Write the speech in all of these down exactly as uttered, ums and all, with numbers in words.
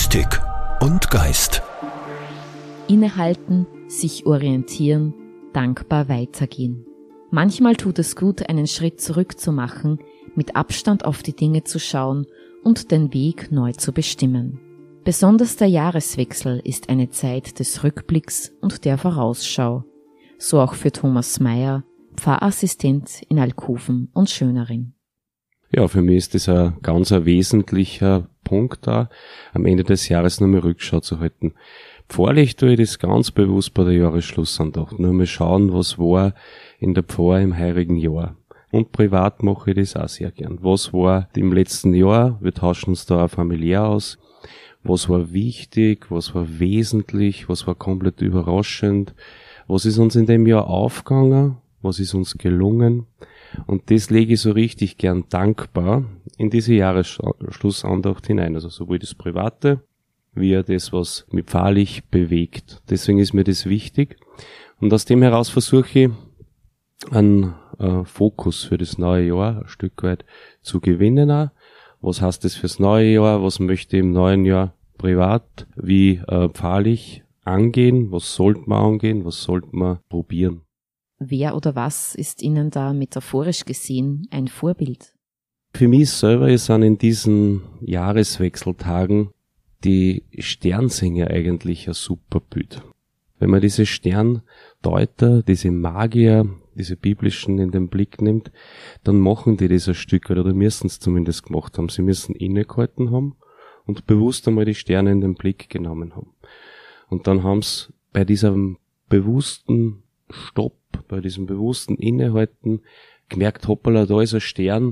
Mystik und Geist. Innehalten, sich orientieren, dankbar weitergehen. Manchmal tut es gut, einen Schritt zurück zu machen, mit Abstand auf die Dinge zu schauen und den Weg neu zu bestimmen. Besonders der Jahreswechsel ist eine Zeit des Rückblicks und der Vorausschau. So auch für Thomas Meyer, Pfarrassistent in Alkoven und Schönering. Ja, für mich ist das ein ganz ein wesentlicher Punkt da, am Ende des Jahres nur mal Rückschau zu halten. Pfarrlich tue ich das ganz bewusst bei der Jahresschlussandacht. Nur mal schauen, was war in der Pfarre im heurigen Jahr. Und privat mache ich das auch sehr gern. Was war im letzten Jahr? Wir tauschen uns da auch familiär aus. Was war wichtig? Was war wesentlich? Was war komplett überraschend? Was ist uns in dem Jahr aufgegangen? Was ist uns gelungen? Und das lege ich so richtig gern dankbar in diese Jahresschlussandacht hinein. Also sowohl das Private, wie auch das, was mich pfarrlich bewegt. Deswegen ist mir das wichtig. Und aus dem heraus versuche ich, einen äh, Fokus für das neue Jahr ein Stück weit zu gewinnen auch. Was heißt das fürs neue Jahr? Was möchte ich im neuen Jahr privat wie äh, pfarrlich angehen? Was sollte man angehen? Was sollte man probieren? Wer oder was ist Ihnen da metaphorisch gesehen ein Vorbild? Für mich selber sind in diesen Jahreswechseltagen die Sternsinger eigentlich ein super Bild. Wenn man diese Sterndeuter, diese Magier, diese biblischen in den Blick nimmt, dann machen die das ein Stück, oder müssen es zumindest gemacht haben. Sie müssen innegehalten haben und bewusst einmal die Sterne in den Blick genommen haben. Und dann haben sie bei diesem bewussten Stopp, bei diesem bewussten Innehalten gemerkt, hoppala, da ist ein Stern,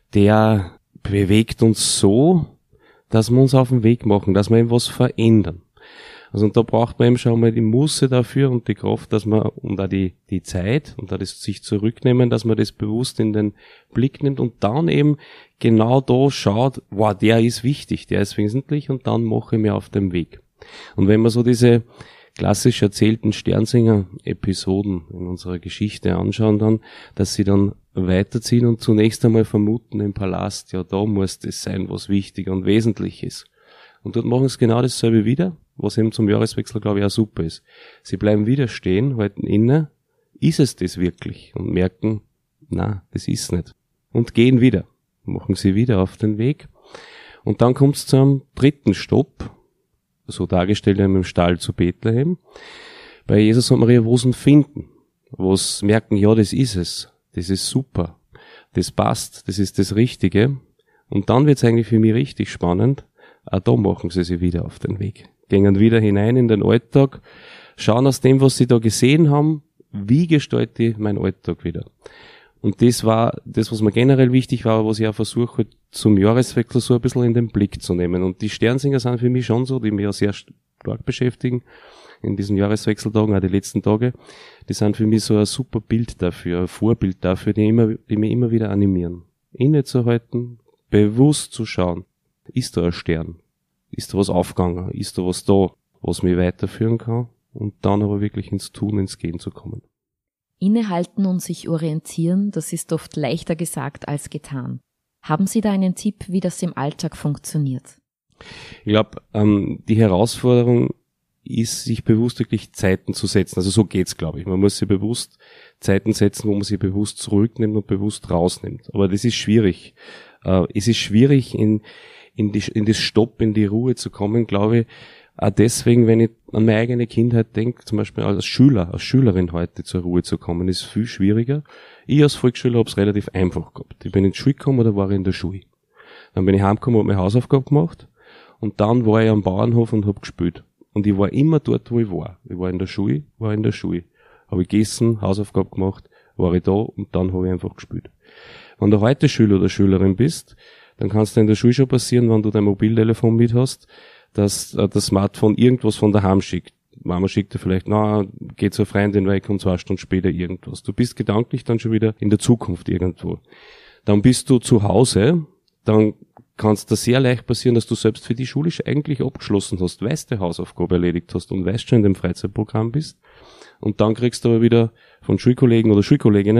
der bewegt uns so, dass wir uns auf den Weg machen, dass wir eben was verändern. Also und da braucht man eben schon mal die Muße dafür und die Kraft, dass man, und auch die, die Zeit, und da das sich zurücknehmen, dass man das bewusst in den Blick nimmt und dann eben genau da schaut, wow, der ist wichtig, der ist wesentlich, und dann mache ich mir auf den Weg. Und wenn man so diese klassisch erzählten Sternsinger-Episoden in unserer Geschichte anschauen dann, dass sie dann weiterziehen und zunächst einmal vermuten im Palast, ja, da muss das sein, was wichtig und wesentlich ist. Und dort machen sie genau dasselbe wieder, was eben zum Jahreswechsel, glaube ich, auch super ist. Sie bleiben wieder stehen, halten inne, ist es das wirklich? Und merken, na, das ist nicht. Und gehen wieder, machen sie wieder auf den Weg. Und dann kommt es zu einem dritten Stopp, so dargestellt im Stall zu Bethlehem. Bei Jesus und Maria, wo sie ihn finden, wo sie merken, ja, das ist es, das ist super, das passt, das ist das Richtige. Und dann wird es eigentlich für mich richtig spannend, auch da machen sie sich wieder auf den Weg. Gehen wieder hinein in den Alltag, schauen aus dem, was sie da gesehen haben, wie gestalte ich meinen Alltag wieder. Und das war das, was mir generell wichtig war, was ich auch versuche, zum Jahreswechsel so ein bisschen in den Blick zu nehmen. Und die Sternsinger sind für mich schon so, die mich ja sehr stark beschäftigen in diesen Jahreswechseltagen, auch die letzten Tage. Die sind für mich so ein super Bild dafür, ein Vorbild dafür, die, immer, die mich immer wieder animieren. Innezuhalten, bewusst zu schauen. Ist da ein Stern? Ist da was aufgegangen? Ist da was da, was mich weiterführen kann? Und dann aber wirklich ins Tun, ins Gehen zu kommen. Innehalten und sich orientieren, das ist oft leichter gesagt als getan. Haben Sie da einen Tipp, wie das im Alltag funktioniert? Ich glaube, ähm, die Herausforderung ist, sich bewusst wirklich Zeiten zu setzen. Also so geht's, glaube ich. Man muss sich bewusst Zeiten setzen, wo man sich bewusst zurücknimmt und bewusst rausnimmt. Aber das ist schwierig. Äh, es ist schwierig, in, in, die, in das Stopp, in die Ruhe zu kommen, glaube ich. Auch deswegen, wenn ich an meine eigene Kindheit denke, zum Beispiel als Schüler, als Schülerin heute zur Ruhe zu kommen, ist viel schwieriger. Ich als Volksschüler habe es relativ einfach gehabt. Ich bin in die Schule gekommen oder war ich in der Schule. Dann bin ich heimgekommen und habe meine Hausaufgabe gemacht. Und dann war ich am Bauernhof und habe gespielt. Und ich war immer dort, wo ich war. Ich war in der Schule, war in der Schule. Habe ich gegessen, Hausaufgabe gemacht, war ich da und dann habe ich einfach gespielt. Wenn du heute Schüler oder Schülerin bist, dann kann es dir in der Schule schon passieren, wenn du dein Mobiltelefon mit hast, dass äh, das Smartphone irgendwas von daheim schickt. Mama schickt dir vielleicht, na, geh zur Freundin weg und zwei Stunden später irgendwas. Du bist gedanklich dann schon wieder in der Zukunft irgendwo. Dann bist du zu Hause, dann kann es da sehr leicht passieren, dass du selbst für die Schule eigentlich abgeschlossen hast, weißt, die Hausaufgabe erledigt hast und weißt schon in dem Freizeitprogramm bist. Und dann kriegst du aber wieder von Schulkollegen oder Schulkolleginnen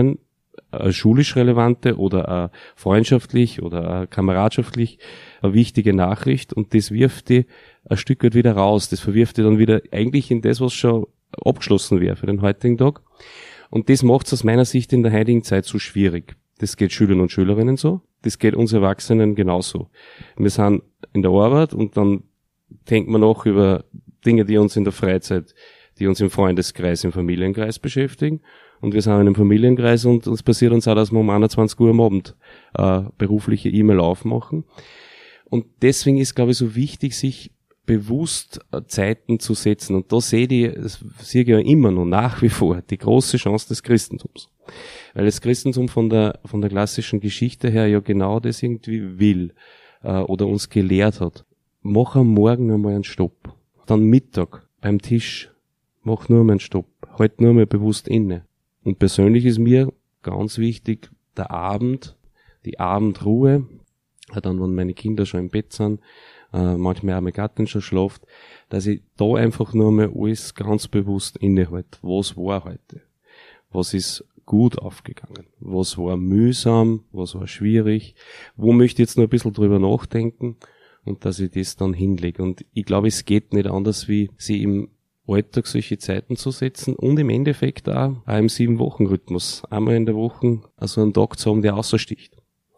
eine schulisch relevante oder eine freundschaftlich oder eine kameradschaftlich eine wichtige Nachricht und das wirft die ein Stück weit wieder raus. Das verwirft die dann wieder eigentlich in das, was schon abgeschlossen wäre für den heutigen Tag. Und das macht es aus meiner Sicht in der heutigen Zeit so schwierig. Das geht Schülern und Schülerinnen so, das geht uns Erwachsenen genauso. Wir sind in der Arbeit und dann denkt man noch über Dinge, die uns in der Freizeit, die uns im Freundeskreis, im Familienkreis beschäftigen. Und wir sind in einem Familienkreis und es passiert uns auch, dass wir um einundzwanzig Uhr am Abend äh, berufliche E-Mail aufmachen. Und deswegen ist, glaube ich, so wichtig, sich bewusst äh, Zeiten zu setzen. Und da sehe ich, das sehe ich ja immer noch nach wie vor, die große Chance des Christentums. Weil das Christentum von der, von der klassischen Geschichte her ja genau das irgendwie will äh, oder uns gelehrt hat. Mach am Morgen einmal einen Stopp. Dann Mittag beim Tisch. Mach nur mal einen Stopp. Halt nur mal bewusst inne. Und persönlich ist mir ganz wichtig, der Abend, die Abendruhe, dann, wenn meine Kinder schon im Bett sind, äh, manchmal auch meine Gattin schon schlaft, dass ich da einfach nur mal alles ganz bewusst innehalte. Was war heute? Was ist gut aufgegangen? Was war mühsam? Was war schwierig? Wo möchte ich jetzt noch ein bisschen drüber nachdenken? Und dass ich das dann hinlege. Und ich glaube, es geht nicht anders, wie sie im Alltag solche Zeiten zu setzen und im Endeffekt auch, auch im Sieben-Wochen-Rhythmus einmal in der Woche also einen Tag zu haben, der außersticht.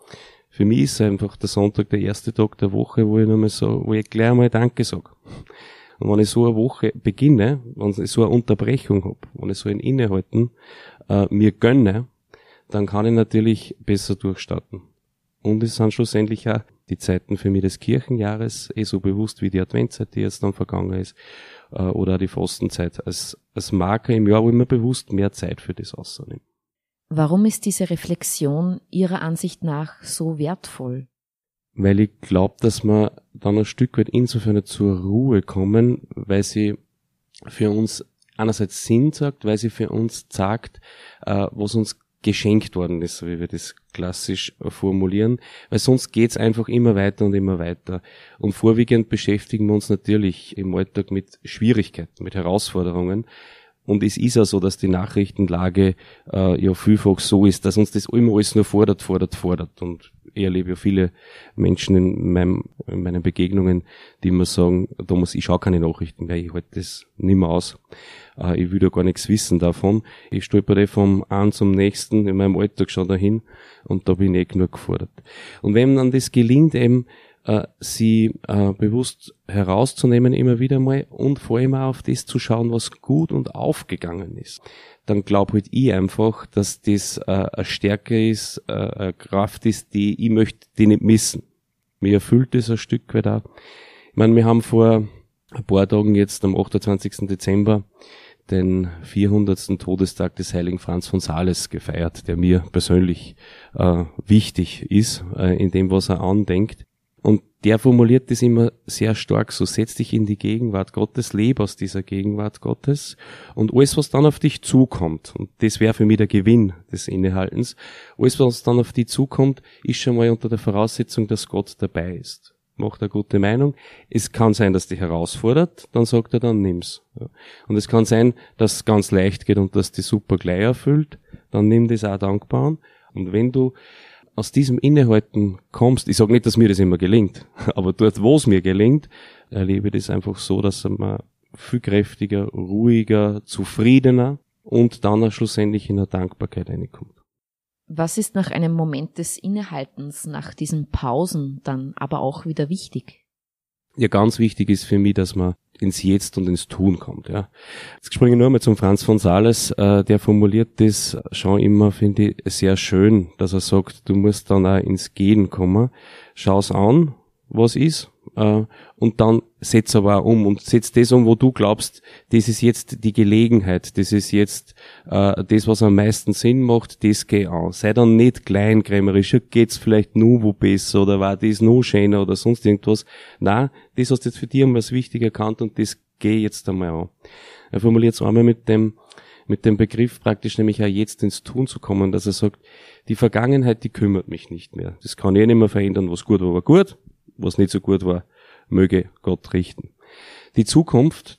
Für mich ist einfach der Sonntag der erste Tag der Woche, wo ich nochmal so, wo ich gleich einmal Danke sage. Und wenn ich so eine Woche beginne, wenn ich so eine Unterbrechung habe, wenn ich so ein Innehalten äh, mir gönne, dann kann ich natürlich besser durchstarten. Und es sind schlussendlich auch die Zeiten für mich des Kirchenjahres eh so bewusst wie die Adventszeit, die jetzt dann vergangen ist, äh, oder die Fastenzeit als, als Marker im Jahr, wo ich mir bewusst mehr Zeit für das außernehme. Warum ist diese Reflexion Ihrer Ansicht nach so wertvoll? Weil ich glaube, dass wir dann ein Stück weit insofern zur Ruhe kommen, weil sie für uns einerseits Sinn sagt, weil sie für uns sagt, äh, was uns geschenkt worden ist, so wie wir das klassisch formulieren, weil sonst geht's einfach immer weiter und immer weiter. Und vorwiegend beschäftigen wir uns natürlich im Alltag mit Schwierigkeiten, mit Herausforderungen. Und es ist ja so, dass die Nachrichtenlage äh, ja vielfach so ist, dass uns das immer alles nur fordert, fordert, fordert. Und ich erlebe ja viele Menschen in, meinem, in meinen Begegnungen, die immer sagen, Thomas, ich schaue keine Nachrichten mehr, ich halte das nicht mehr aus. Äh, ich will da gar nichts wissen davon. Ich stolpere vom einen zum nächsten in meinem Alltag schon dahin und da bin ich eh genug gefordert. Und wenn dann das gelingt, eben äh, sie äh, bewusst herauszunehmen immer wieder mal und vor allem auch auf das zu schauen, was gut und aufgegangen ist, dann glaube halt ich einfach, dass das äh, eine Stärke ist, äh, eine Kraft ist, die ich möchte die nicht missen. Mir erfüllt das ein Stück weit auch. Ich meine, wir haben vor ein paar Tagen jetzt am achtundzwanzigsten Dezember den vierhundertsten Todestag des heiligen Franz von Sales gefeiert, der mir persönlich äh, wichtig ist, äh, in dem, was er andenkt. Und der formuliert das immer sehr stark, so setz dich in die Gegenwart Gottes, lebe aus dieser Gegenwart Gottes und alles, was dann auf dich zukommt, und das wäre für mich der Gewinn des Innehaltens, alles, was dann auf dich zukommt, ist schon mal unter der Voraussetzung, dass Gott dabei ist. Macht eine gute Meinung. Es kann sein, dass dich herausfordert, dann sagt er, dann nimm's. Und es kann sein, dass es ganz leicht geht und dass die super gleich erfüllt, dann nimm das auch dankbar an. Und wenn du aus diesem Innehalten kommst, ich sage nicht, dass mir das immer gelingt, aber dort, wo es mir gelingt, erlebe ich das einfach so, dass man viel kräftiger, ruhiger, zufriedener und dann auch schlussendlich in eine Dankbarkeit reinkommt. Was ist nach einem Moment des Innehaltens, nach diesen Pausen dann aber auch wieder wichtig? Ja, ganz wichtig ist für mich, dass man ins Jetzt und ins Tun kommt. Ja. Jetzt springe ich nur mal zum Franz von Sales, äh, der formuliert das schon immer, finde ich, sehr schön, dass er sagt, du musst dann auch ins Gehen kommen, schau's an, was ist, äh, und dann setz aber auch um und setz das um, wo du glaubst, das ist jetzt die Gelegenheit, das ist jetzt äh, das, was am meisten Sinn macht, das geh an. Sei dann nicht kleinkrämerisch, geht's vielleicht nur wo besser oder war das nur schöner oder sonst irgendwas. Nein, das hast du jetzt für dich als wichtig erkannt und das geh jetzt einmal an. Er formuliert es einmal mit dem mit dem Begriff praktisch nämlich auch jetzt ins Tun zu kommen, dass er sagt, die Vergangenheit, die kümmert mich nicht mehr. Das kann ich nicht mehr verändern, was gut war, war gut, was nicht so gut war, möge Gott richten. Die Zukunft,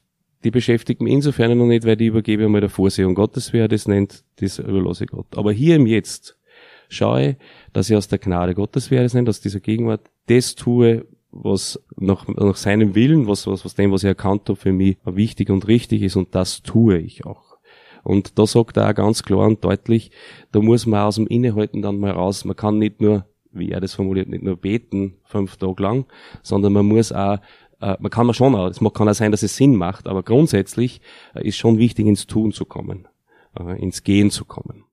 die beschäftigt mich insofern noch nicht, weil die übergebe einmal der Vorsehung Gottes, wer das nennt, das überlasse ich Gott. Aber hier im Jetzt schaue ich, dass ich aus der Gnade Gottes, wer das nennt, aus dieser Gegenwart, das tue, was nach, nach seinem Willen, was, was, was dem, was ich erkannt habe, für mich wichtig und richtig ist, und das tue ich auch. Und da sagt er auch ganz klar und deutlich, da muss man aus dem Innehalten dann mal raus. Man kann nicht nur, wie er das formuliert, nicht nur beten fünf Tage lang, sondern man muss auch, äh, man kann man schon auch, es kann auch sein, dass es Sinn macht, aber grundsätzlich äh, ist schon wichtig, ins Tun zu kommen, äh, ins Gehen zu kommen.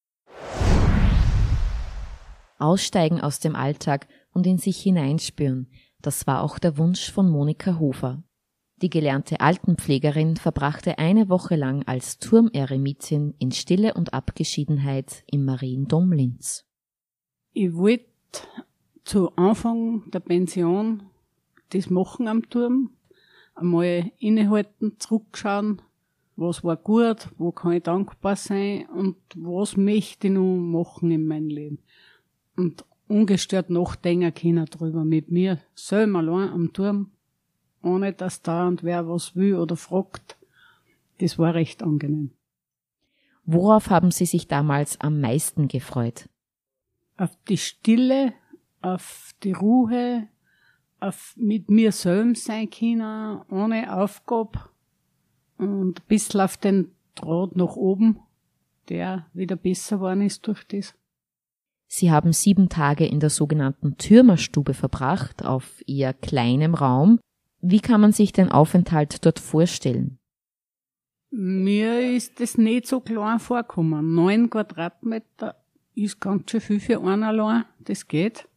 Aussteigen aus dem Alltag und in sich hineinspüren, das war auch der Wunsch von Monika Hofer. Die gelernte Altenpflegerin verbrachte eine Woche lang als Turmeremitin in Stille und Abgeschiedenheit im Mariendom Linz. Ich wollte zu Anfang der Pension das machen am Turm, einmal innehalten, zurückschauen, was war gut, wo kann ich dankbar sein und was möchte ich noch machen in meinem Leben. Und ungestört nachdenken können drüber, mit mir selber allein am Turm, ohne dass da und wer was will oder fragt. Das war recht angenehm. Worauf haben Sie sich damals am meisten gefreut? Auf die Stille, auf die Ruhe, auf mit mir selbst sein können, ohne Aufgabe und ein bisschen auf den Draht nach oben, der wieder besser geworden ist durch das. Sie haben sieben Tage in der sogenannten Türmerstube verbracht, auf eher kleinem Raum. Wie kann man sich den Aufenthalt dort vorstellen? Mir ist das nicht so klein vorgekommen. Neun Quadratmeter ist ganz schön viel für einen allein, das geht.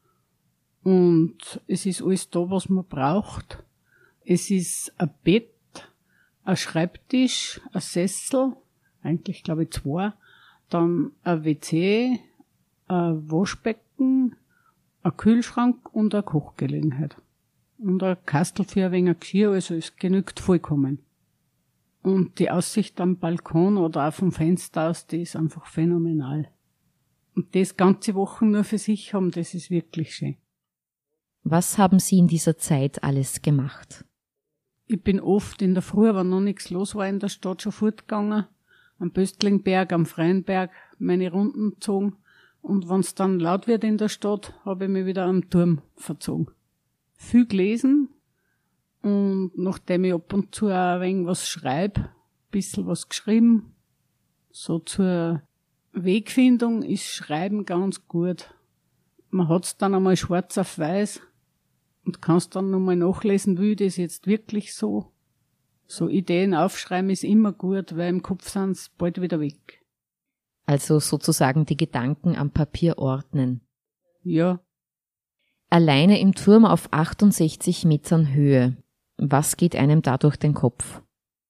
Und es ist alles da, was man braucht. Es ist ein Bett, ein Schreibtisch, ein Sessel, eigentlich glaube ich zwei, dann ein W C, ein Waschbecken, ein Kühlschrank und eine Kochgelegenheit. Und ein Kastel für ein wenig Geschirr, also es genügt vollkommen. Und die Aussicht am Balkon oder auch vom Fenster aus, die ist einfach phänomenal. Und das ganze Wochen nur für sich haben, das ist wirklich schön. Was haben Sie in dieser Zeit alles gemacht? Ich bin oft in der Früh, wenn noch nichts los war in der Stadt, schon fortgegangen. Am Böstlingberg, am Freienberg meine Runden gezogen. Und wenn es dann laut wird in der Stadt, habe ich mich wieder am Turm verzogen. Viel gelesen und nachdem ich ab und zu auch ein wenig was schreibe, ein bisschen was geschrieben. So zur Wegfindung ist Schreiben ganz gut. Man hat's dann einmal schwarz auf weiß und kannst dann nochmal nachlesen, wie das jetzt wirklich so. So Ideen aufschreiben ist immer gut, weil im Kopf sind's bald wieder weg. Also sozusagen die Gedanken am Papier ordnen. Ja. Alleine im Turm auf achtundsechzig Metern Höhe. Was geht einem da durch den Kopf?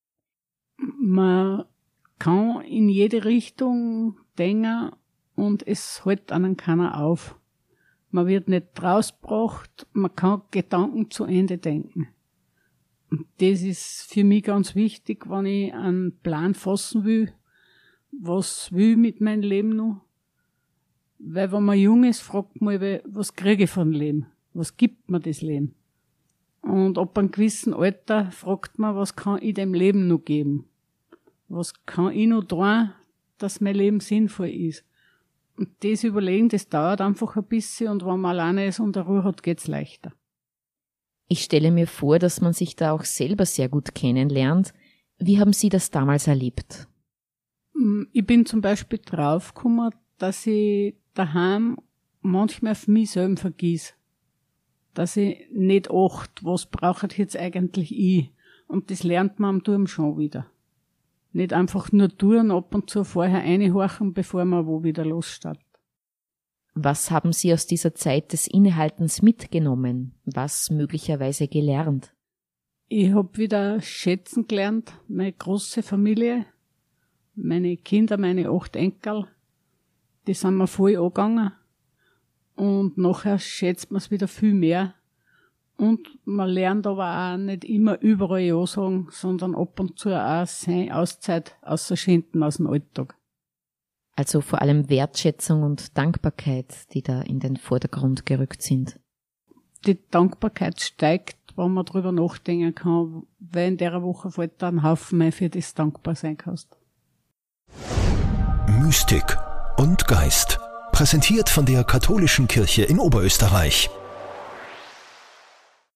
Man kann in jede Richtung denken und es hält einen keiner auf. Man wird nicht rausgebracht, man kann Gedanken zu Ende denken. Und das ist für mich ganz wichtig, wenn ich einen Plan fassen will, was will ich mit meinem Leben noch? Weil wenn man jung ist, fragt man, was kriege ich von Leben? Was gibt mir das Leben? Und ab einem gewissen Alter fragt man, was kann ich dem Leben noch geben? Was kann ich noch tun, dass mein Leben sinnvoll ist? Und das Überlegen, das dauert einfach ein bisschen und wenn man alleine ist und eine Ruhe hat, geht's leichter. Ich stelle mir vor, dass man sich da auch selber sehr gut kennenlernt. Wie haben Sie das damals erlebt? Ich bin zum Beispiel draufgekommen, dass ich daheim manchmal auf mich selber vergieß. Dass ich nicht achte, was brauche ich jetzt eigentlich ich? Und das lernt man am Turm schon wieder. Nicht einfach nur tun, ab und zu vorher reinhorchen, bevor man wo wieder losstartet. Was haben Sie aus dieser Zeit des Innehaltens mitgenommen? Was möglicherweise gelernt? Ich habe wieder schätzen gelernt, meine große Familie, meine Kinder, meine acht Enkel, die sind mir voll angegangen. Und nachher schätzt man es wieder viel mehr. Und man lernt aber auch nicht immer überall Ja sagen, sondern ab und zu auch seine Auszeit außerschinden aus dem Alltag. Also vor allem Wertschätzung und Dankbarkeit, die da in den Vordergrund gerückt sind. Die Dankbarkeit steigt, wo man drüber nachdenken kann, weil in der Woche fällt da ein Haufen mehr, für das dankbar sein kannst. Mystik und Geist. Präsentiert von der Katholischen Kirche in Oberösterreich.